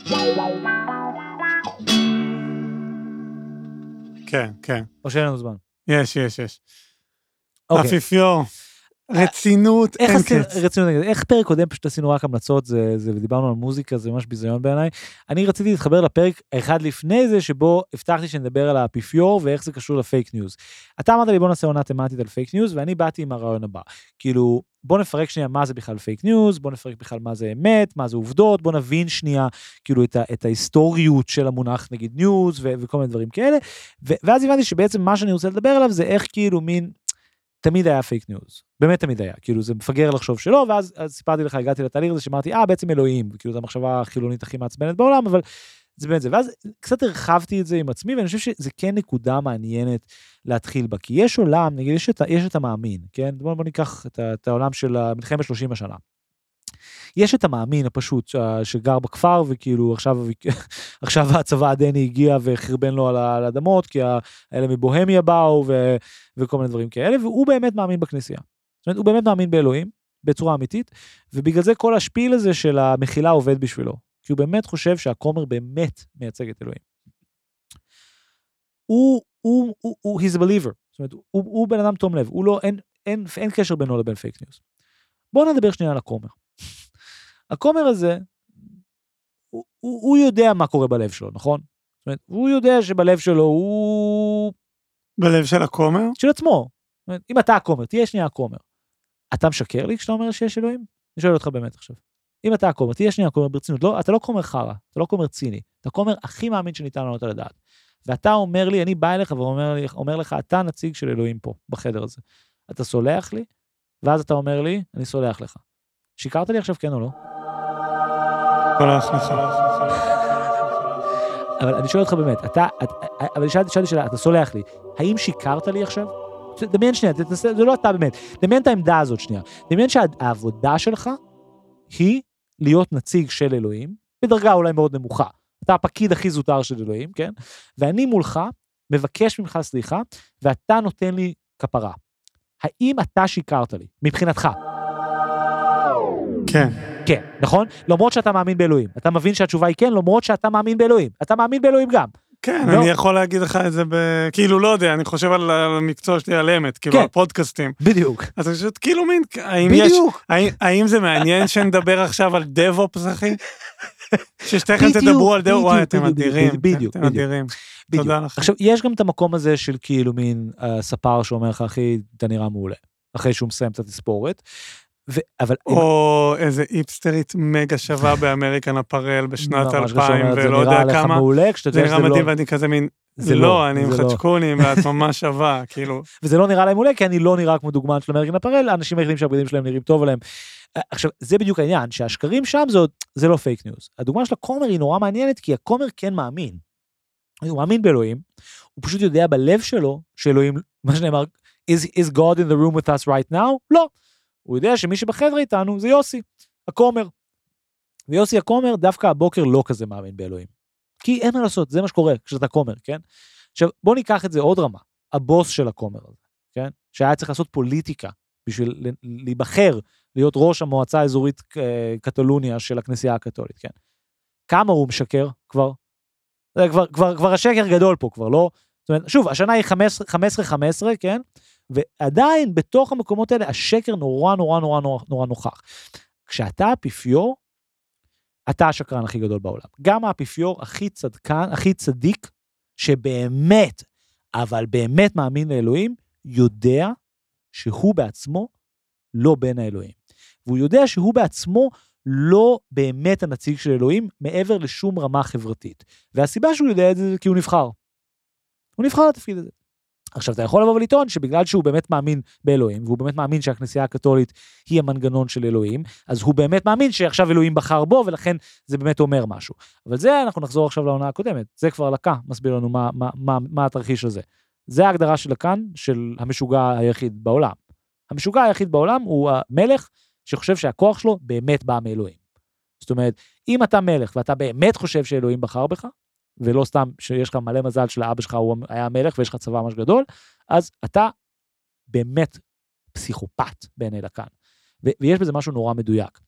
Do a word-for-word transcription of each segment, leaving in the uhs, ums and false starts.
כן, כן. או שאין לנו זמן. יש, יש, יש. אוקיי. אפיפיור. רצינות, אין קץ. רצינות, איך פרק קודם פשוט עשינו רק המלצות, זה, זה, ודיברנו על מוזיקה, זה ממש ביזיון בעיניי. אני רציתי להתחבר לפרק אחד לפני זה, שבו הבטחתי שנדבר על האפיפיור, ואיך זה קשור לפייק ניוז. אתה אמרת לי בוא נעשה עונה תמטית על פייק ניוז, ואני באתי עם הרעיון הבא. כאילו, בוא נפרק שנייה מה זה בכלל פייק ניוז, בוא נפרק בכלל מה זה אמת, מה זה עובדות, בוא נבין שנייה, כאילו, את, ה, את ההיסטוריות של המונח, נגיד ניוז, ו, וכל מיני דברים כאלה. ו, ואז הבנתי שבעצם מה שאני רוצה לדבר עליו, זה איך כאילו מין תמיד היה פייק ניוז, באמת תמיד היה, כאילו זה מפגר לחשוב שלא, ואז סיפרתי לך, הגעתי לתהליך הזה, שאמרתי, אה, בעצם אלוהים, כאילו זו המחשבה החילונית הכי מעצבנת בעולם, אבל זה באמת זה, ואז קצת הרחבתי את זה עם עצמי, ואני חושב שזה כן נקודה מעניינת להתחיל בה, כי יש עולם, נגיד, יש את, יש את המאמין, כן? בוא, בוא ניקח את, את העולם של המלחמת שלושים השנה. יש את המאמין הפשוט שגר בכפר, וכאילו עכשיו, עכשיו הצבא הדני הגיע וחרבן לו על האדמות, כי האלה מבוהמיה באו ו, וכל מיני דברים כאלה, והוא באמת מאמין בכנסייה. זאת אומרת, הוא באמת מאמין באלוהים, בצורה אמיתית, ובגלל זה כל השפיל הזה של המחילה עובד בשבילו, כי הוא באמת חושב שהכומר באמת מייצג את אלוהים. הוא, הוא, הוא, הוא, he's a believer, זאת אומרת, הוא, הוא בן אדם תום לב, הוא לא, אין, אין, אין קשר בינו לבין פייק ניוז. בואו נדבר שנייה על הכומר. הכומר הזה, הוא, הוא, הוא יודע מה קורה בלב שלו, נכון? זאת אומרת, הוא יודע שבלב שלו הוא... בלב של הכומר? של עצמו. זאת אומרת, אם אתה הכומר, תהיה שנייה הכומר. אתה משקר לי כשאתה אומר שיש אלוהים? אני שואל אותך באמת עכשיו. אם אתה הכומר, תהיה שנייה הכומר ברצינות. לא, אתה לא כומר חרה, אתה לא כומר ציני. אתה כומר הכי מאמין שניתן לענות על הדעת. ואתה אומר לי, אני בא אליך ואומר לי, אומר לך, אתה נציג של אלוהים פה, בחדר הזה. אתה סולח לי, ואז אתה אומר לי, אני סולח לך. שיקרת לי עכשיו כן או לא? אבל אני שואל אותך באמת, אתה, אבל שאלתי שאלה, אתה סולח לי, האם שיקרת לי עכשיו? דמיין שנייה, זה לא אתה באמת, דמיין את העמדה הזאת שנייה, דמיין שהעבודה שלך היא להיות נציג של אלוהים, בדרגה אולי מאוד נמוכה, אתה הפקיד הכי זוטר של אלוהים, כן? ואני מולך מבקש ממך סליחה, ואתה נותן לי כפרה. האם אתה שיקרת לי, מבחינתך? כן. כן, נכון? למרות שאתה מאמין באלוהים. אתה מבין שהתשובה היא כן, למרות שאתה מאמין באלוהים. אתה מאמין באלוהים גם. כן, אני יכול להגיד לך את זה ב... כאילו, לא יודע, אני חושב על המקצוע שלי על אמת, כאילו, על פודקאסטים. בדיוק. אז אני חושב, כאילו מין, האם יש... האם זה מעניין שנדבר עכשיו על דב-אופס, אחי? ששתיכם תדברו על דב, וואי, אתם אדירים. בדיוק, אתם אדירים. תודה לך. עכשיו, יש גם את המקום הזה של כאילו מין ספר שאומר לך, אחי, אתה נראה מעולה. אחרי שהוא מסיים את התספורת. או איזה איפסטרית מגה שווה באמריקן אפרל בשנת אלפיים, ולא יודע כמה, זה נראה מדהים, ואני כזה מין, זה לא, אני עם חדשקונים, ואת ממש שווה, כאילו. וזה לא נראה להם מעולה, כי אני לא נראה כמו דוגמן של אמריקן אפרל, האנשים היחידים שהבגדים שלהם נראים טוב עליהם. עכשיו, זה בדיוק העניין, שהשקרים שם זה לא פייק ניוז. הדוגמה של הכומר היא נורא מעניינת, כי הכומר כן מאמין. הוא מאמין באלוהים, הוא פשוט יודע בלב שלו, שאלוהים, מה שנאמר, is God in the room with us right now? לא. הוא יודע שמי שבחדר איתנו זה יוסי, הכומר. ויוסי הכומר דווקא הבוקר לא כזה מאמין באלוהים. כי אין מה לעשות, זה מה שקורה כשאתה כומר, כן? עכשיו, בוא ניקח את זה עוד רמה. הבוס של הכומר הזה, כן? שהיה צריך לעשות פוליטיקה בשביל להיבחר, להיות ראש המועצה האזורית קטלוניה של הכנסייה הקתולית, כן? כמה הוא משקר כבר? כבר, כבר, כבר השקר גדול פה, כבר לא? זאת אומרת, שוב, השנה היא חמש עשרה חמש עשרה, כן? ועדיין בתוך המקומות האלה השקר נורא נורא נורא נורא, נורא נוכח. כשאתה האפיפיור, אתה השקרן הכי גדול בעולם. גם האפיפיור הכי צדקן, הכי צדיק, שבאמת, אבל באמת מאמין לאלוהים, יודע שהוא בעצמו לא בן האלוהים. והוא יודע שהוא בעצמו לא באמת הנציג של אלוהים, מעבר לשום רמה חברתית. והסיבה שהוא יודע את זה, זה כי הוא נבחר. הוא נבחר לתפקיד הזה. עכשיו, אתה יכול לבוא ולטעון שבגלל שהוא באמת מאמין באלוהים, והוא באמת מאמין שהכנסייה הקתולית היא המנגנון של אלוהים, אז הוא באמת מאמין שעכשיו אלוהים בחר בו, ולכן זה באמת אומר משהו. אבל זה, אנחנו נחזור עכשיו לעונה הקודמת. זה כבר לקה, מסביר לנו מה, מה, מה, מה התרחיש הזה. זה ההגדרה של לקן, של המשוגע היחיד בעולם. המשוגע היחיד בעולם הוא המלך שחושב שהכוח שלו באמת בא מאלוהים. זאת אומרת, אם אתה מלך ואתה באמת חושב שאלוהים בחר בך, ולא סתם שיש לך מלא מזל של האבא שלך הוא היה מלך ויש לך צבא ממש גדול, אז אתה באמת פסיכופת בעיני לקן. ו- ויש בזה משהו נורא מדויק.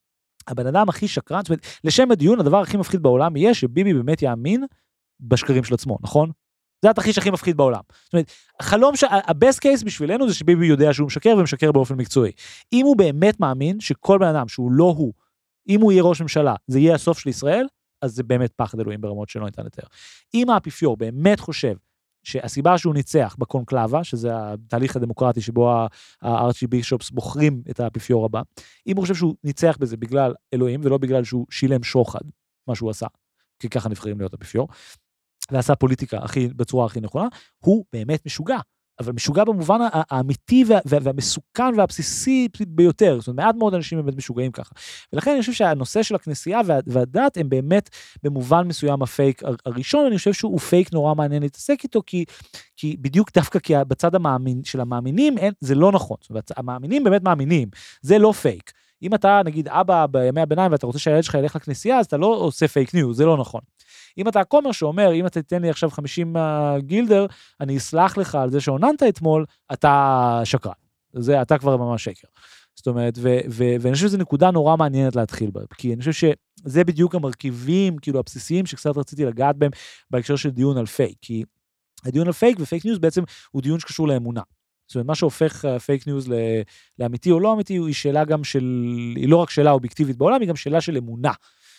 הבן אדם הכי שקרן, זאת אומרת, לשם הדיון, הדבר הכי מפחיד בעולם יהיה שביבי באמת יאמין בשקרים של עצמו, נכון? זה התרחיש הכי מפחיד בעולם. זאת אומרת, החלום, ה-best case בשבילנו זה שביבי יודע שהוא משקר ומשקר באופן מקצועי. אם הוא באמת מאמין שכל בן אדם שהוא לא הוא, אם הוא יהיה ראש ממשלה, זה יהיה הסוף של ישראל, אז זה באמת פחד אלוהים ברמות שלא ניתן לתאר. אם האפיפיור באמת חושב שהסיבה שהוא ניצח בקונקלבה, שזה התהליך הדמוקרטי שבו הארצ'י בישופס בוחרים את האפיפיור הבא, אם הוא חושב שהוא ניצח בזה בגלל אלוהים, ולא בגלל שהוא שילם שוחד, מה שהוא עשה, כי ככה נבחרים להיות אפיפיור, ועשה פוליטיקה הכי, בצורה הכי נכונה, הוא באמת משוגע. אבל משוגע במובן האמיתי והמסוכן והבסיסי ביותר. זאת אומרת, מעט מאוד אנשים באמת משוגעים ככה. ולכן אני חושב שהנושא של הכנסייה והדת הם באמת במובן מסוים הפייק הראשון, אני חושב שהוא פייק נורא מעניין להתעסק איתו, כי, כי בדיוק דווקא כי בצד המאמין, של המאמינים אין, זה לא נכון. זאת אומרת, המאמינים באמת מאמינים, זה לא פייק. אם אתה נגיד אבא בימי הביניים ואתה רוצה שהילד שלך ילך לכנסייה, אז אתה לא עושה פייק ניוז, זה לא נכון. אם אתה הכומר שאומר, אם אתה תיתן לי עכשיו חמישים גילדר, אני אסלח לך על זה שעוננת אתמול, אתה שקרן. זה, אתה כבר ממש שקר. זאת אומרת, ו- ו- ואני חושב שזו נקודה נורא מעניינת להתחיל בה, כי אני חושב שזה בדיוק המרכיבים, כאילו הבסיסיים, שקצת רציתי לגעת בהם, בהקשר של דיון על פייק, כי הדיון על פייק ופייק ניוז בעצם הוא דיון שקשור לאמונה. זאת אומרת, מה שהופך פייק ניוז לאמיתי או לא אמיתי, היא שאלה גם של, היא לא רק שאלה אובייקטיבית בעולם, היא גם שאלה של אמונה.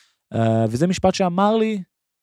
וזה משפט שאמר לי,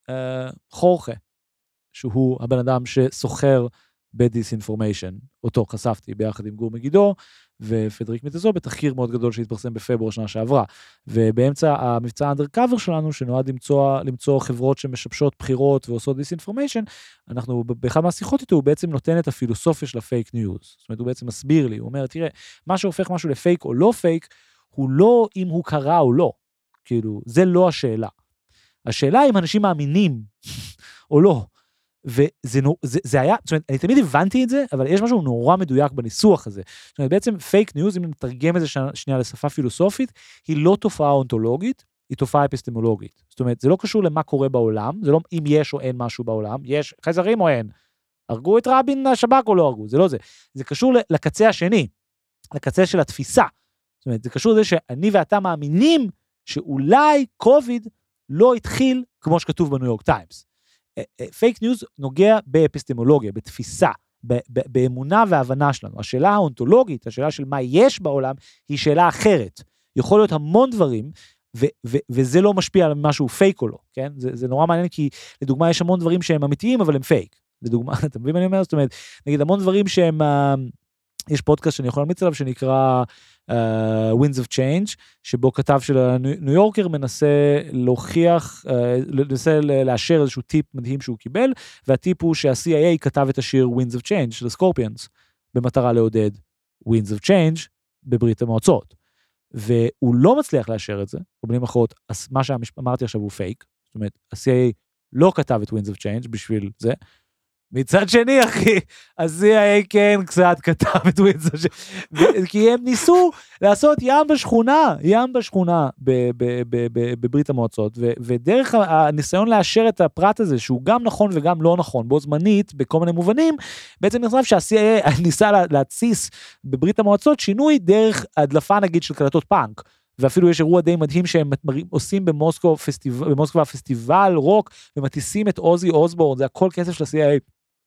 חורכה, שהוא הבן אדם שסוחר בדיסאינפורמיישן, אותו חשפתי ביחד עם גור מגידו, ופדריק מתזו, בתחקיר מאוד גדול שהתפרסם בפברואר שנה שעברה, ובאמצע המבצע אנדרקאבר שלנו, שנועד למצוא, למצוא חברות שמשבשות בחירות ועושות דיסאינפורמיישן, אנחנו באחד מהשיחות איתו, הוא בעצם נותן את הפילוסופיה של הפייק ניוז, זאת אומרת, הוא בעצם מסביר לי, הוא אומר, תראה, מה שהופך משהו לפייק או לא פייק, הוא לא אם הוא קרה או לא, כאילו, זה לא השאלה. השאלה אם אנשים מאמינים או לא, וזה זה, זה היה, זאת אומרת, אני תמיד הבנתי את זה, אבל יש משהו נורא מדויק בניסוח הזה. זאת אומרת, בעצם פייק ניוז, אם נתרגם את זה שנייה לשפה פילוסופית, היא לא תופעה אונתולוגית, היא תופעה אפיסטמולוגית. זאת אומרת, זה לא קשור למה קורה בעולם, זה לא אם יש או אין משהו בעולם, יש חייזרים או אין, הרגו את רבין השב"כ או לא הרגו, זה לא זה. זה קשור לקצה השני, לקצה של התפיסה. זאת אומרת, זה קשור לזה שאני ואתה מאמינים שאולי קוביד לא התחיל כמו שכתוב בניו יורק טיימס. פייק ניוז נוגע באפיסטמולוגיה, בתפיסה, באמונה והבנה שלנו. השאלה האונתולוגית, השאלה של מה יש בעולם, היא שאלה אחרת. יכול להיות המון דברים, ו- ו- וזה לא משפיע על משהו פייק או לא, כן? זה, זה נורא מעניין, כי לדוגמה יש המון דברים שהם אמיתיים, אבל הם פייק. לדוגמה, אתה מבין מה אני אומר? זאת אומרת, נגיד המון דברים שהם, uh, יש פודקאסט שאני יכול להמליץ עליו, שנקרא uh, Winds of Change, שבו כתב של הניו יורקר מנסה להוכיח, uh, מנסה לאשר איזשהו טיפ מדהים שהוא קיבל, והטיפ הוא שה-סי איי איי כתב את השיר Winds of Change של הסקורפיונס, במטרה לעודד Winds of Change בברית המועצות. והוא לא מצליח לאשר את זה, במילים אחרות, מה שאמרתי עכשיו הוא פייק, זאת אומרת, ה-סי איי איי לא כתב את Winds of Change בשביל זה, מצד שני, אחי, ה-סי איי איי כן קצת כתב את Winds of Change, כי הם ניסו לעשות ים בשכונה, ים בשכונה בברית המועצות, ודרך הניסיון לאשר את הפרט הזה, שהוא גם נכון וגם לא נכון, בו זמנית, בכל מיני מובנים, בעצם נחשב שה-סי איי איי ניסה להתסיס בברית המועצות שינוי דרך הדלפה נגיד של קלטות פאנק, ואפילו יש אירוע די מדהים שהם עושים במוסקו פסטיבל, במוסקבה פסטיבל רוק, ומטיסים את עוזי אוסבורן, זה הכל כסף של ה-סי איי איי,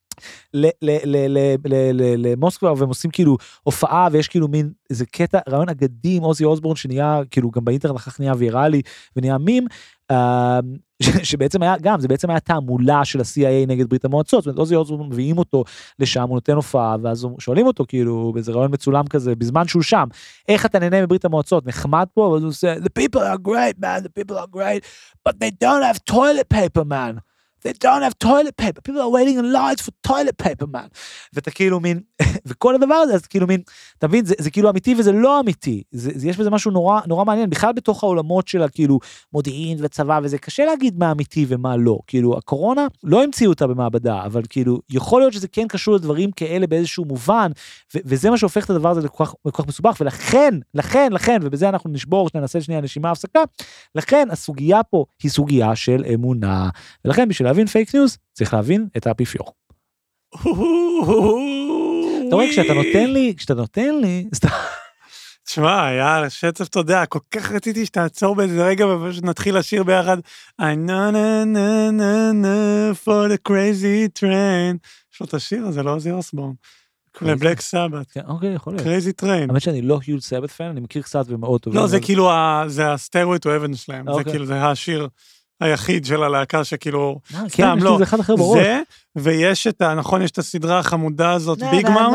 למוסקבה, והם עושים כאילו הופעה, ויש כאילו מין איזה קטע, רעיון אגדי עם עוזי אוסבורן, שנהיה כאילו גם באינטרנט אחר נהיה ויראלי, ונהיה מים, שבעצם היה גם, זה בעצם היה תעמולה של ה-סי איי איי נגד ברית המועצות, זאת אומרת, עוזי אוסבורן מביאים אותו לשם, הוא נותן הופעה, ואז שואלים אותו כאילו, באיזה רעיון מצולם כזה, בזמן שהוא שם, איך אתה נהנה מברית המועצות, נחמד פה, ואז הוא עושה, the people are great man, the people are great, but they don't have toilet paper man. They don't have toilet paper. People are waiting in lines for toilet paper, man. ואתה כאילו מין, וכל הדבר הזה, אז כאילו מין, אתה מבין, זה, זה כאילו אמיתי וזה לא אמיתי. זה, זה, יש בזה משהו נורא, נורא מעניין. בכלל בתוך העולמות של כאילו מודיעין וצבא, וזה קשה להגיד מה אמיתי ומה לא. כאילו, הקורונה, לא המציאו אותה במעבדה, אבל כאילו, יכול להיות שזה כן קשור לדברים כאלה באיזשהו מובן, ו- וזה מה שהופך את הדבר הזה לכל כך, לכל כך מסובך, ולכן, לכן, לכן, ובזה אנחנו נשבור, שננסה שנייה נשימה הפסקה, לכן הסוגיה פה היא סוגיה של אמונה, ולכן בשביל להבין פייק ניוז, צריך להבין את האפיפיור. אתה רואה, כשאתה נותן לי, כשאתה נותן לי, תשמע, היה שצף, אתה יודע, כל כך רציתי שתעצור באיזה רגע, ונתחיל לשיר ביחד, I know na na na na for the crazy train. יש לו את השיר הזה, לא עוזי אוסבורן. לבלק סבת. אוקיי, יכול להיות. קרייזי טריין. האמת שאני לא היוג סבת פן, אני מכיר קצת ומאוד טוב. לא, זה כאילו, זה הסטיירוויי טו אבן שלהם. זה כאילו, זה השיר היחיד של הלהקה שכאילו, סתם לא. זה, ויש את, נכון, יש את הסדרה החמודה הזאת, ביג מאוף.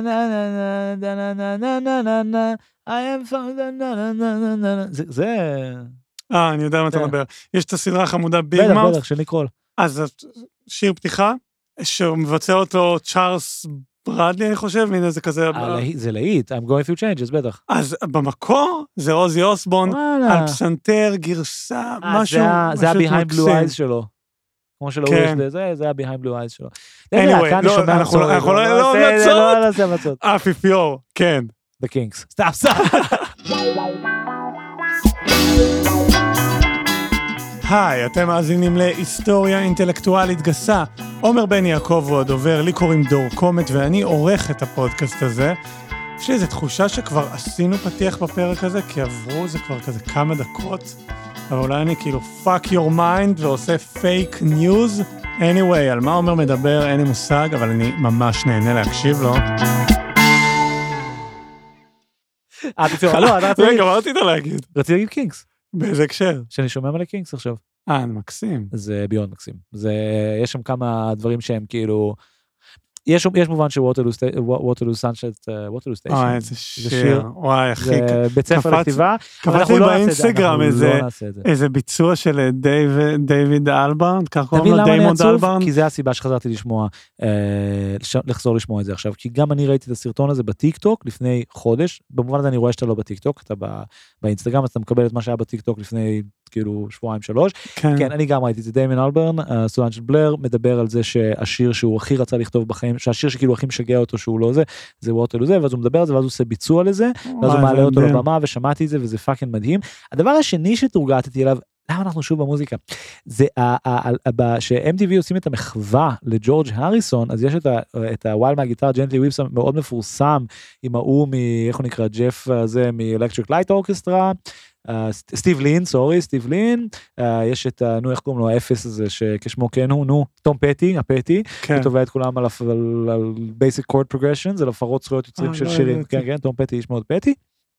זה... אה, אני יודע מה אתה מדבר. יש את הסדרה החמודה ביג מאוף. בטח, בטח, של ניקול. אז שיר פתיחה, שמבצע אותו צ'ארלס ברדלי, אני חושב, הנה זה כזה... זה להיט, I'm going through changes, בטח. אז במקור, זה עוזי אוסבורן, על פסנתר, גרסה, משהו... זה ה-behind blue eyes שלו. כמו שלא יש זה, זה ה-behind blue eyes שלו. anyway, אנחנו לא נעצות. אפיפיור, כן. The Kings. סתם, סתם. היי, אתם מאזינים להיסטוריה אינטלקטואלית גסה. עומר בן יעקב הוא הדובר, לי קוראים דור קומט, ואני עורך את הפודקאסט הזה. יש לי איזו תחושה שכבר עשינו פתיח בפרק הזה, כי עברו זה כבר כזה כמה דקות, אבל אולי אני כאילו fuck your mind ועושה fake news. anyway, על מה עומר מדבר אין לי מושג, אבל אני ממש נהנה להקשיב לו. אה, תצאו, לא, אתה רציתי... רגע, מה רצית להגיד? רציתי להגיד קינגס. באיזה הקשר? שאני שומע מלא קינגס עכשיו. אה, מקסים. זה ביון מקסים. זה, יש שם כמה דברים שהם כאילו, יש, יש מובן שווטרלו סנשט, ווטרלו סטיישן. אה, איזה שיר. וואי, אחי. זה בית ספר לכתיבה. קפצתי באינסטגרם איזה ביצוע של דיוויד אלברן, כך קוראים לו דיימונד אלברן. כי זה הסיבה שחזרתי לשמוע, לחזור לשמוע את זה עכשיו. כי גם אני ראיתי את הסרטון הזה בטיקטוק לפני חודש, במובן הזה אני רואה שאתה לא בטיקטוק, אתה באינסטגרם, אז אתה מקבל את מה שהיה בטיקטוק לפני כאילו שבועיים שלוש. כן, אני גם ראיתי את זה, דיימונד אלברן, סולן של בלר, מדבר על זה שהשיר שהוא הכי רצה לכתוב בחיים, שהשיר שכאילו הכי משגע אותו שהוא לא זה, זה ווטרלו זה, ואז הוא מדבר על זה, ואז הוא עושה ביצוע לזה, ואז הוא מעלה אותו לבמה, ושמעתי את זה, וזה פאקינג מדהים. הדבר השני שתורגעתי אליו, למה אנחנו שוב במוזיקה? זה ש-אם טי וי עושים את המחווה לג'ורג' הריסון, אז יש את הווייל מהגיטרה, ג'נטלי וויפס מאוד מפורסם, עם ההוא מ... איך הוא נקרא? ג'ף הזה מ-Electric Light Orchestra, סטיב לין, סורי, סטיב לין, יש את, נו, איך קוראים לו, האפס הזה, שכשמו כן הוא, נו, תום פטי, הפטי, הוא תובע את כולם על basic chord progressions, על הפרות זכויות יוצרים של שירים, כן, כן, תום פטי, יש מאוד פטי.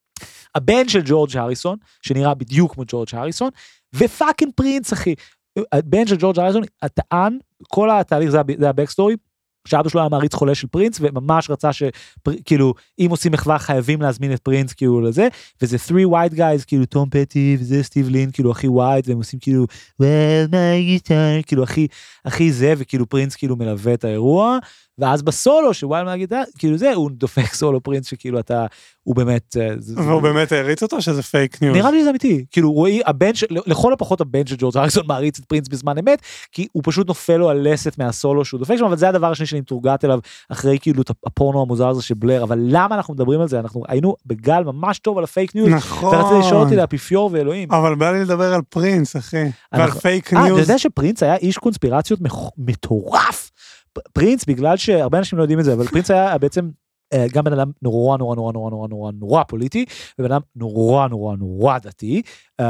הבן של ג'ורג' הריסון, שנראה בדיוק כמו ג'ורג' הריסון, ופאקינג פרינס, אחי, הבן של ג'ורג' הריסון, הטען, כל התהליך זה הבקסטורי, שאבא שלו היה מעריץ חולה של פרינס, וממש רצה שכאילו, אם עושים מחווה, חייבים להזמין את פרינס, כאילו, לזה, וזה three white guys, כאילו, תום פטי, וזה סטיב לין, כאילו, הכי white, והם עושים כאילו, well, my guitar, כאילו, הכי, הכי זה, וכאילו, פרינס, כאילו, מלווה את האירוע, ואז בסולו, שוואל מהגיטרה, כאילו זה, הוא דופק סולו פרינס, שכאילו אתה, הוא באמת... והוא באמת העריץ אותו, שזה פייק ניוז? נראה לי שזה אמיתי, כאילו, רואי, הבן, לכל הפחות הבן של ג'ורג' הריסון מעריץ את פרינס בזמן אמת, כי הוא פשוט נופל לו על לסת מהסולו שהוא דופק שם, אבל זה הדבר השני שאני מתורגעת אליו, אחרי כאילו את הפורנו המוזר הזה של בלר, אבל למה אנחנו מדברים על זה? אנחנו היינו בגל ממש טוב על הפייק ניוז, נכון. ורציתי לשאול אותי לאפיפיור ואלוהים. אבל בא לי לדבר על פרינס, אחי, ועל פייק ניוז. אתה יודע שפרינס היה איש קונספירציות מטורף. פרינס, בגלל שהרבה אנשים לא יודעים את זה, אבל פרינס היה בעצם גם בן אדם נורא נורא נורא נורא נורא נורא נורא פוליטי, ובן אדם נורא נורא נורא דתי.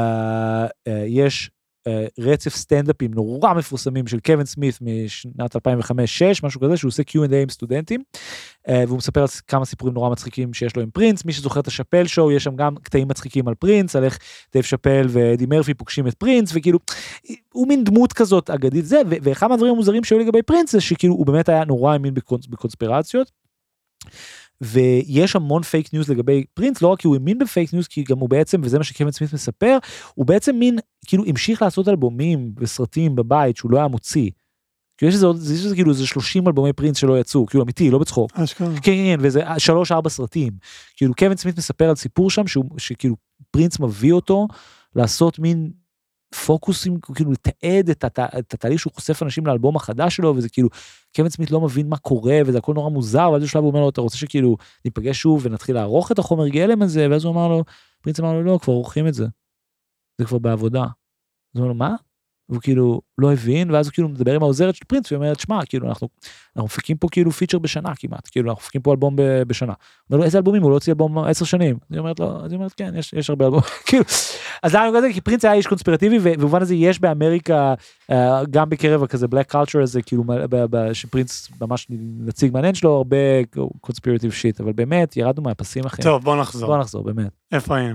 יש רצף סטנדאפים נורא מפורסמים של קווין סמית משנת אלפיים וחמש שש, משהו כזה, שהוא עושה קיו אנד איי עם סטודנטים, והוא מספר על כמה סיפורים נורא מצחיקים שיש לו עם פרינס. מי שזוכר את השפל שואו, יש שם גם קטעים מצחיקים על פרינס, על איך דייב שאפל ואדי מרפי פוגשים את פרינס, וכאילו, הוא מין דמות כזאת אגדית זה, ואחד מהדברים המוזרים שהיו לגבי פרינס, זה שכאילו, הוא באמת היה נורא האמין בקונספירציות, ויש המון פייק ניוז לגבי פרינס, לא רק כי הוא האמין בפייק ניוז, כי גם הוא בעצם, וזה מה שקווין סמית מספר, הוא בעצם מין, כאילו, המשיך לעשות אלבומים וסרטים בבית, שהוא לא היה מוציא. כאילו, יש איזה, יש איזה, כאילו, איזה שלושים אלבומי פרינס שלא יצאו, כאילו, אמיתי, לא בצחוק. אשכרה. כן, כן, וזה שלוש, ארבע סרטים. כאילו, קווין סמית מספר על סיפור שם, שהוא, שכאילו, פרינס מביא אותו לעשות מין פוקוסים, כאילו, לתעד את, את, את התהליך שהוא חושף אנשים לאלבום החדש שלו, וזה כאילו, קווין סמית לא מבין מה קורה, וזה הכל נורא מוזר, ואז בשלב הוא אומר לו, אתה רוצה שכאילו, ניפגש שוב, ונתחיל לערוך את החומר גלם הזה, ואז הוא אמר לו, פרינס אמר לו, לא, כבר עורכים את זה. זה כבר בעבודה. אז הוא אומר לו, מה? והוא כאילו לא הבין, ואז הוא כאילו מדבר עם העוזרת של פרינס, והוא אומר, תשמע, כאילו אנחנו, אנחנו מפיקים פה כאילו פיצ'ר בשנה כמעט, כאילו אנחנו מפיקים פה אלבום בשנה. הוא אומר לו, איזה אלבומים? הוא לא הוציא אלבום עשר שנים. אני אומרת לו, אז היא אומרת, כן, יש, יש הרבה אלבום, כאילו. אז למה כזה, כי פרינס היה איש קונספירטיבי, ובמובן הזה יש באמריקה, גם בקרב כזה black culture הזה, כאילו, שפרינס ממש נציג מעניין שלו, הרבה קונספירטיב שיט, אבל באמת, ירדנו מהפסים אחרים. טוב, בוא נחזור. בוא נחזור, באמת. איפה היינו?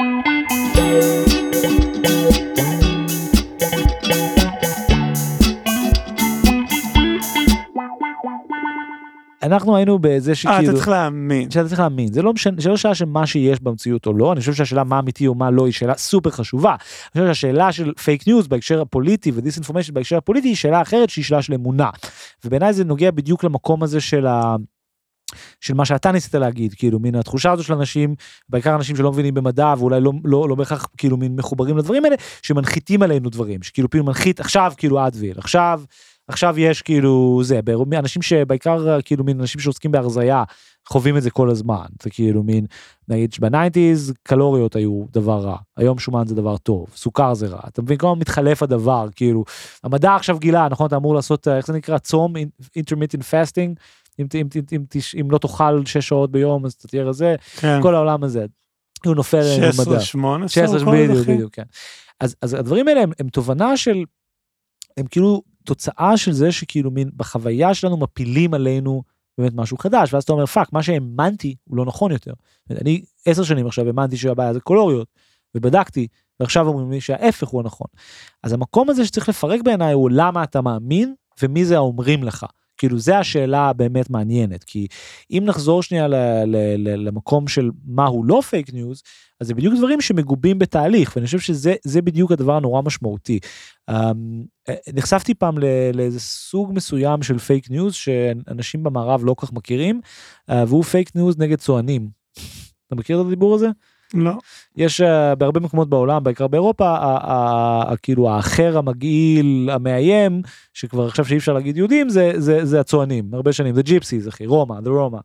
אנחנו היינו בזה שכאילו... אה, אתה צריך להאמין. שאתה צריך להאמין. זה לא משנה, זה לא שאלה של מה שיש במציאות או לא, אני חושב שהשאלה מה אמיתי או מה לא היא שאלה סופר חשובה. אני חושב שהשאלה של פייק ניוז בהקשר הפוליטי ודיסאינפורמיישן בהקשר הפוליטי היא שאלה אחרת שהיא שאלה של אמונה. ובעיניי זה נוגע בדיוק למקום הזה של ה... של מה שאתה ניסית להגיד, כאילו, מן התחושה הזו של אנשים, בעיקר אנשים שלא מבינים במדע, ואולי לא, לא, לא בהכרח, כאילו, מן מחוברים לדברים האלה, שמנחיתים עלינו דברים, שכאילו, כאילו, מנחית, עכשיו, כאילו, אדוויל, עכשיו, עכשיו יש, כאילו, זה, אנשים שבעיקר, כאילו, מן אנשים שעוסקים בהרזיה, חווים את זה כל הזמן, זה כאילו, מין, נגיד, שבניינטיז, קלוריות היו דבר רע, היום שומן זה דבר טוב, סוכר זה רע, אתה מבין, כמו מתחלף הדבר, כאילו, המדע עכשיו גילה, נכון, אתה אמור לעשות, איך זה נקרא, צום, intermittent fasting, אם, אם, אם, אם, אם לא תאכל שש שעות ביום, אז אתה תהיה רזה, כן. כל העולם הזה, הוא נופל למדע. שש עשרה שמונה עשרה, שש עשרה בדיוק, בדיוק, כן. אז, אז הדברים האלה הם, הם תובנה של, הם כאילו תוצאה של זה שכאילו מין, בחוויה שלנו מפילים עלינו באמת משהו חדש, ואז אתה אומר, פאק, מה שהאמנתי הוא לא נכון יותר. אני עשר שנים עכשיו האמנתי שהבעיה זה קלוריות, ובדקתי, ועכשיו אומרים לי שההפך הוא הנכון. אז המקום הזה שצריך לפרק בעיניי הוא למה אתה מאמין, ומי זה האומרים לך. כאילו, זה השאלה באמת מעניינת, כי אם נחזור שנייה ל- ל- ל- למקום של מהו לא פייק ניוז, אז זה בדיוק דברים שמגובים בתהליך, ואני חושב שזה זה בדיוק הדבר הנורא משמעותי. Um, נחשפתי פעם לא, לאיזה סוג מסוים של פייק ניוז, שאנשים במערב לא כך מכירים, uh, והוא פייק ניוז נגד צוענים. אתה מכיר את הדיבור הזה? לא. יש uh, בהרבה מקומות בעולם, בעיקר באירופה, כאילו האחר המגעיל, המאיים, שכבר עכשיו שאי אפשר להגיד יהודים, זה, זה, זה הצוענים, הרבה שנים, זה ג'יפסיז, אחי, רומא, זה רומא.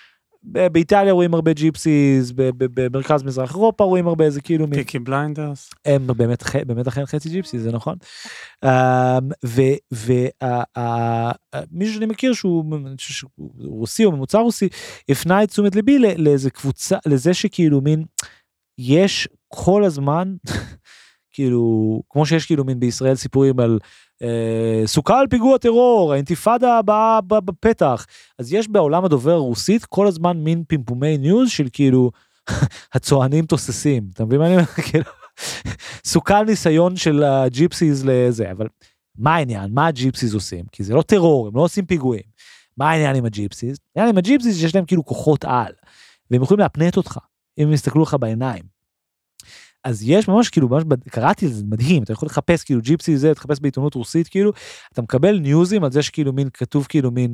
באיטליה רואים הרבה ג'יפסיז, במרכז מזרח אירופה רואים הרבה, זה כאילו... פיקי בליינדרס. הם באמת, באמת אכן חצי ג'יפסיז, זה נכון. ומישהו שאני מכיר שהוא רוסי או ממוצא רוסי, הפנה את תשומת ליבי לאיזה קבוצה, לזה שכאילו מין, יש כל הזמן, כאילו, כמו שיש כאילו מין בישראל סיפורים על אה, סוכה על פיגוע טרור, האינתיפאדה הבאה בפתח, אז יש בעולם הדובר הרוסית כל הזמן מין פימפומי ניוז של כאילו, הצוענים תוססים, אתה מבין מה אני אומר? כאילו, סוכה על ניסיון של הג'יפסיז לזה, אבל מה העניין? מה הג'יפסיז עושים? כי זה לא טרור, הם לא עושים פיגועים. מה העניין עם הג'יפסיז? העניין עם הג'יפסיז שיש להם כאילו כוחות על, והם יכולים להפנט אותך, אם הם יסתכלו לך בעיניים. אז יש ממש כאילו, ממש קראתי את זה, מדהים, אתה יכול לחפש כאילו ג'יפסי זה, תחפש בעיתונות רוסית כאילו, אתה מקבל ניוזים על זה שכאילו מין, כתוב כאילו מין,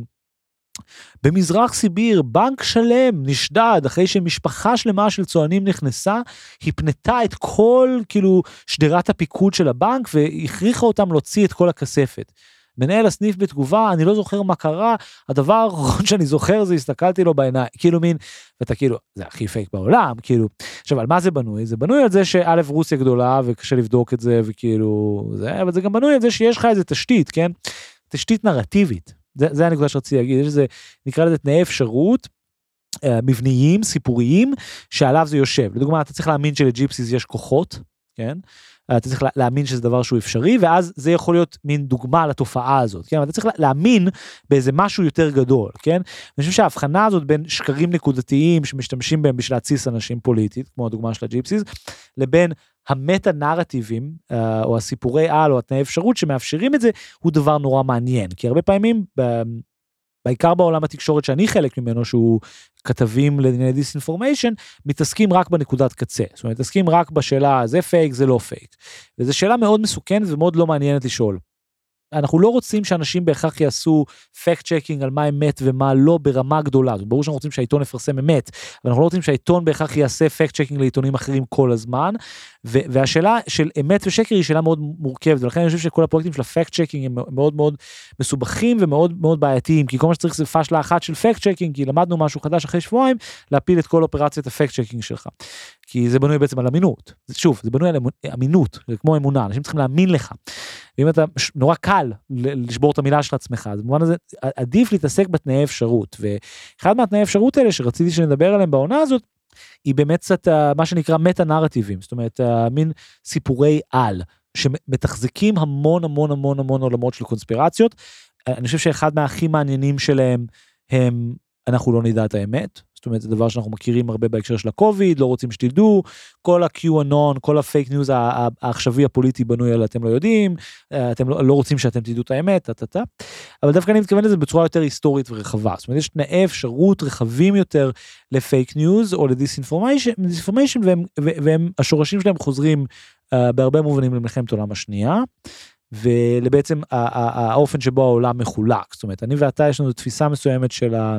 במזרח סיביר, בנק שלם נשדד, אחרי שמשפחה שלמה של צוענים נכנסה, היא פנתה את כל כאילו שדרת הפיקוד של הבנק, והכריחה אותם להוציא את כל הכספת. מנהל הסניף בתגובה, אני לא זוכר מה קרה, הדבר האחרון שאני זוכר זה הסתכלתי לו בעיניים, כאילו מין, ואתה כאילו, זה הכי פייק בעולם, כאילו, עכשיו על מה זה בנוי? זה בנוי על זה שא' רוסיה גדולה וקשה לבדוק את זה וכאילו, זה, אבל זה גם בנוי על זה שיש לך איזה תשתית, כן? תשתית נרטיבית, זה, זה הנקודה שרציתי להגיד, יש איזה, נקרא לזה תנאי אפשרות, מבניים, סיפוריים, שעליו זה יושב. לדוגמה, אתה צריך להאמין שלג'יפסיס יש כוחות, כן? אתה צריך להאמין שזה דבר שהוא אפשרי, ואז זה יכול להיות מין דוגמה לתופעה הזאת, כן? אתה צריך להאמין באיזה משהו יותר גדול, כן? אני חושב שההבחנה הזאת בין שקרים נקודתיים שמשתמשים בהם בשביל להציס אנשים פוליטית, כמו הדוגמה של הג'יפסיס, לבין המטה-נרטיבים, או הסיפורי על, או התנאי אפשרות שמאפשרים את זה, הוא דבר נורא מעניין, כי הרבה פעמים, בעיקר בעולם התקשורת שאני חלק ממנו, שהוא כתבים לענייני דיסאינפורמיישן, מתעסקים רק בנקודת קצה, זאת אומרת, מתעסקים רק בשאלה, זה פייק, זה לא פייק, וזו שאלה מאוד מסוכנת ומאוד לא מעניינת לשאול. אנחנו לא רוצים שאנשים בהכרח יעשו פקט צ'קינג על מה אמת ומה לא ברמה גדולה, ברור שאנחנו רוצים שהעיתון יפרסם אמת, אבל אנחנו לא רוצים שהעיתון בהכרח יעשה פקט צ'קינג לעיתונים אחרים כל הזמן, והשאלה של אמת ושקר היא שאלה מאוד מורכבת, ולכן אני חושב שכל הפרויקטים של הפקט צ'קינג הם מאוד מאוד מסובכים ומאוד מאוד בעייתיים, כי כל מה שצריך זה פשלה אחת של פקט צ'קינג, כי למדנו משהו חדש אחרי שבועיים, להפיל את כל אופרציית הפקט צ'קינג שלך, כי זה בנוי בעצם על אמינות, שוב, זה בנוי על אמינות, זה כמו אמונה, אנשים צריכים להאמין לך, ואם אתה, נורא קל לשבור את המילה של עצמך, אז במובן הזה, עדיף להתעסק בתנאי אפשרות, ואחד מהתנאי אפשרות האלה שרציתי שנדבר עליהם בעונה הזאת, היא באמת קצת מה שנקרא מטה-נרטיבים, זאת אומרת, מין סיפורי על, שמתחזקים המון המון המון המון עולמות של קונספירציות. אני חושב שאחד מהכי מעניינים שלהם, הם, אנחנו לא נדע את האמת, זאת אומרת, זה דבר שאנחנו מכירים הרבה בהקשר של הקוביד, לא רוצים שתדעו, כל ה-QAnon, כל הפייק ניוז העכשווי הפוליטי בנוי על אתם לא יודעים, אתם לא, לא רוצים שאתם תדעו את האמת, תתתה. אבל דווקא אני מתכוון לזה בצורה יותר היסטורית ורחבה, זאת אומרת, יש תנאי אפשרות רחבים יותר לפייק ניוז או לדיסאינפורמיישן, והם, והם, השורשים שלהם חוזרים uh, בהרבה מובנים למלחמת העולם השנייה, ולבעצם האופן שבו העולם מחולק, זאת אומרת, אני ואתה יש לנו תפיסה מסוימת של ה...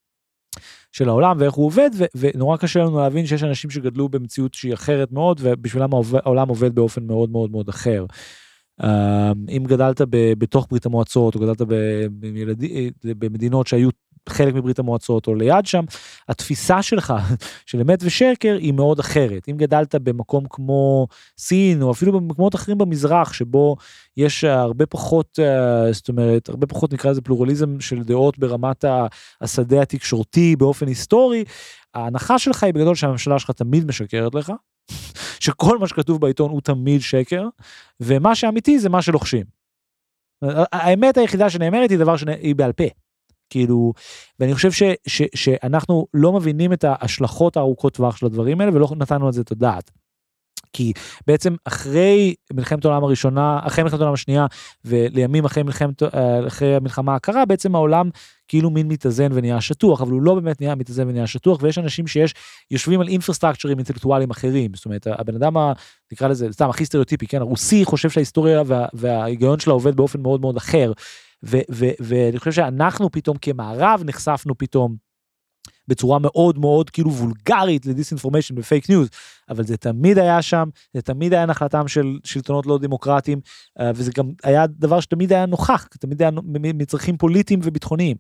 של העולם ואיך הוא עובד, ו- ונורא קשה לנו להבין שיש אנשים שגדלו במציאות שהיא אחרת מאוד, ובשבילם העולם עובד באופן מאוד מאוד מאוד אחר. אם גדלת ב- בתוך ברית המועצות, או גדלת ב- בילדי, במדינות שהיו חלק מברית המועצות, או ליד שם, התפיסה שלך, של אמת ושקר, היא מאוד אחרת. אם גדלת במקום כמו סין, או אפילו במקומות אחרים במזרח, שבו יש הרבה פחות, זאת אומרת, הרבה פחות נקרא לזה פלורליזם של דעות ברמת השדה התקשורתי באופן היסטורי, ההנחה שלך היא בגדול שהממשלה שלך תמיד משקרת לך, שכל מה שכתוב בעיתון הוא תמיד שקר, ומה שאמיתי זה מה שלוחשים. האמת היחידה שנאמרת היא דבר שהיא בעל פה. כאילו, ואני חושב ש, ש, שאנחנו לא מבינים את ההשלכות הארוכות טווח של הדברים האלה, ולא נתנו על זה את הדעת. כי בעצם אחרי מלחמת העולם הראשונה, אחרי מלחמת העולם השנייה, ולימים אחרי מלחמת, אחרי המלחמה הקרה, בעצם העולם כאילו מין מתאזן ונהיה שטוח, אבל הוא לא באמת נהיה מתאזן ונהיה שטוח, ויש אנשים שיש, יושבים על אינפרסטרקצ'רים אינטלקטואליים אחרים, זאת אומרת, הבן אדם, נקרא לזה, סתם הכי סטריאוטיפי, כן, הרוסי חושב שההיסטוריה וה, וההיגיון שלה עובד באופן מאוד מאוד אחר, ואני חושב שאנחנו פתאום כמערב נחשפנו פתאום בצורה מאוד מאוד כאילו וולגרית לדיסאינפורמיישן ופייק ניוז, אבל זה תמיד היה שם, זה תמיד היה נחלתם של שלטונות לא דמוקרטיים, וזה גם היה דבר שתמיד היה נוכח, תמיד היה מצרכים פוליטיים וביטחוניים.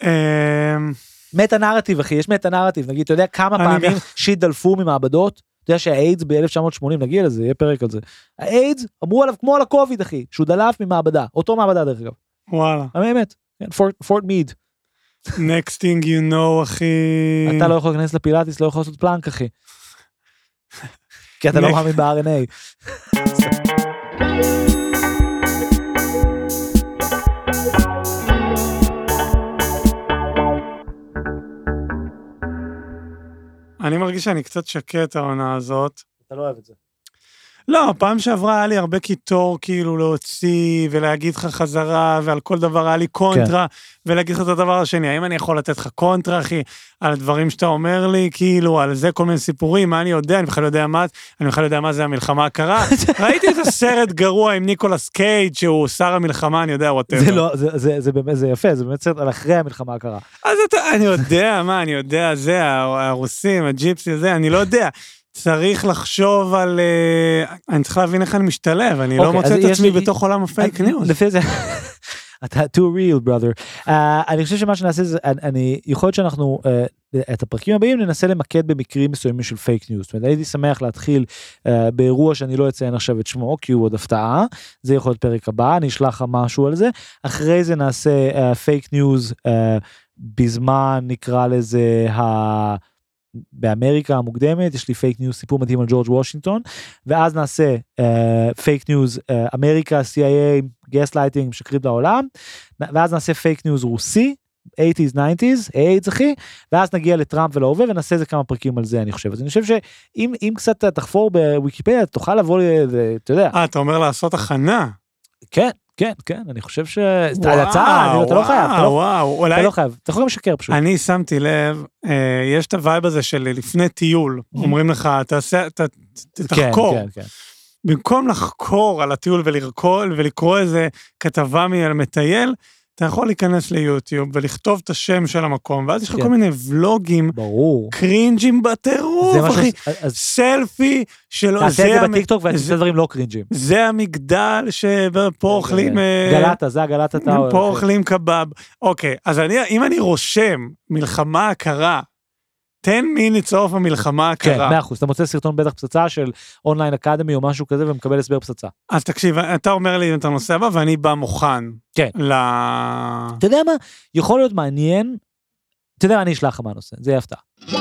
מטה נרטיב אחי, יש מטה נרטיב, נגיד, אתה יודע כמה פעמים שיט דלפו ממעבדות, אתה יודע שהאיידס ב-אלף תשע מאות שמונים, נגיע לזה, יהיה פרק על זה, האיידס אמרו עליו כמו על הקוביד אחי, שהוא דלף ממעבדה, אותו מעבדה דרך אגב. וואלה. באמת, פורט מיד. Next thing you know, אחי. אתה לא יכול להיכנס לפילאטיס, לא יכול לעשות פלנק, אחי. כי אתה לא מאמין ב-אר אן איי. אני מרגיש שאני קצת שקט העונה הזאת. אתה לא אוהב את זה. לא, פעם שעברה היה לי הרבה קיטור כאילו להוציא ולהגיד לך חזרה, ועל כל דבר היה לי קונטרה, כן. ולהגיד לך את הדבר השני, האם אני יכול לתת לך קונטרה, אחי, על הדברים שאתה אומר לי, כאילו, על זה כל מיני סיפורים, מה אני יודע, אני בכלל יודע מה, אני בכלל יודע מה זה המלחמה הקרה, ראיתי את הסרט גרוע עם ניקולס קייג' שהוא שר המלחמה, אני יודע, whatever. זה לא, זה, זה, זה באמת, זה יפה, זה באמת סרט על אחרי המלחמה הקרה. אז אתה, אני יודע, מה, אני יודע, זה, הרוסים, הג'יפסי, זה, אני לא יודע. צריך לחשוב על, אני צריך להבין איך אני משתלב, אני לא מוצא את עצמי בתוך עולם הפייק ניוז. לפי זה, אתה too real, brother. אני חושב שמה שנעשה זה, אני, יכול להיות שאנחנו, את הפרקים הבאים ננסה למקד במקרים מסוימים של פייק ניוז. זאת אומרת, הייתי שמח להתחיל באירוע שאני לא אציין עכשיו את שמו, כי הוא עוד הפתעה, זה יכול להיות פרק הבא, אני אשלח לך משהו על זה, אחרי זה נעשה פייק ניוז, בזמן נקרא לזה ה... באמריקה המוקדמת, יש לי פייק ניוז, סיפור מדהים על ג'ורג' וושינגטון, ואז נעשה פייק ניוז, אמריקה, סי איי איי, גס לייטינג, משקרים לעולם, ואז נעשה פייק ניוז רוסי, שמונים, תשעים, איידס אחי, ואז נגיע לטראמפ ולהווה, ונעשה איזה כמה פרקים על זה, אני חושב. אז אני חושב שאם אם קצת תחפור בוויקיפדיה, תוכל לבוא, אתה יודע. אה, אתה אומר לעשות הכנה. כן. כן, כן, אני חושב ש... הצעה, אתה לא חייב, אתה לא חייב, אתה יכול גם לשקר פשוט. אני שמתי לב, יש את הווייב הזה של לפני טיול, אומרים לך, תחקור. במקום לחקור על הטיול ולקרוא איזה כתבה על מטייל, אתה יכול להיכנס ליוטיוב ולכתוב את השם של המקום, ואז יש לך כל מיני ולוגים, קרינג'ים בטירוף, אחי, סלפי שלו, תעשה את זה בטיקטוק ועשה דברים לא קרינג'ים. זה המגדל שפה אוכלים, גלטה, זה הגלטה טאוור. פה אוכלים קבב. אוקיי, אז אם אני רושם מלחמה הקרה, תן מינית סוף המלחמה הקרה. כן, מאה אחוז, אתה מוצא סרטון בטח פצצה של אונליין אקדמי או משהו כזה, ומקבל הסבר פצצה. אז תקשיב, אתה אומר לי את הנושא הבא, ואני בא מוכן. כן. ל... אתה יודע מה? יכול להיות מעניין, אתה יודע, אני אשלח לך מהנושא, זה יהיה הפתעה.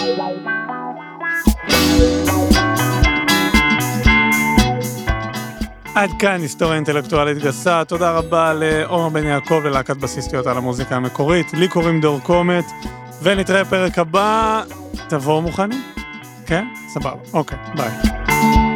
עד כאן היסטוריה אינטלקטואלית גסה, תודה רבה לעומר בן יעקב ולהקת בסיסטיות על המוזיקה המקורית, לי קוראים דור קומט, ונתראה פרק הבא, תבואו מוכנים? כן? סבבה, אוקיי, ביי.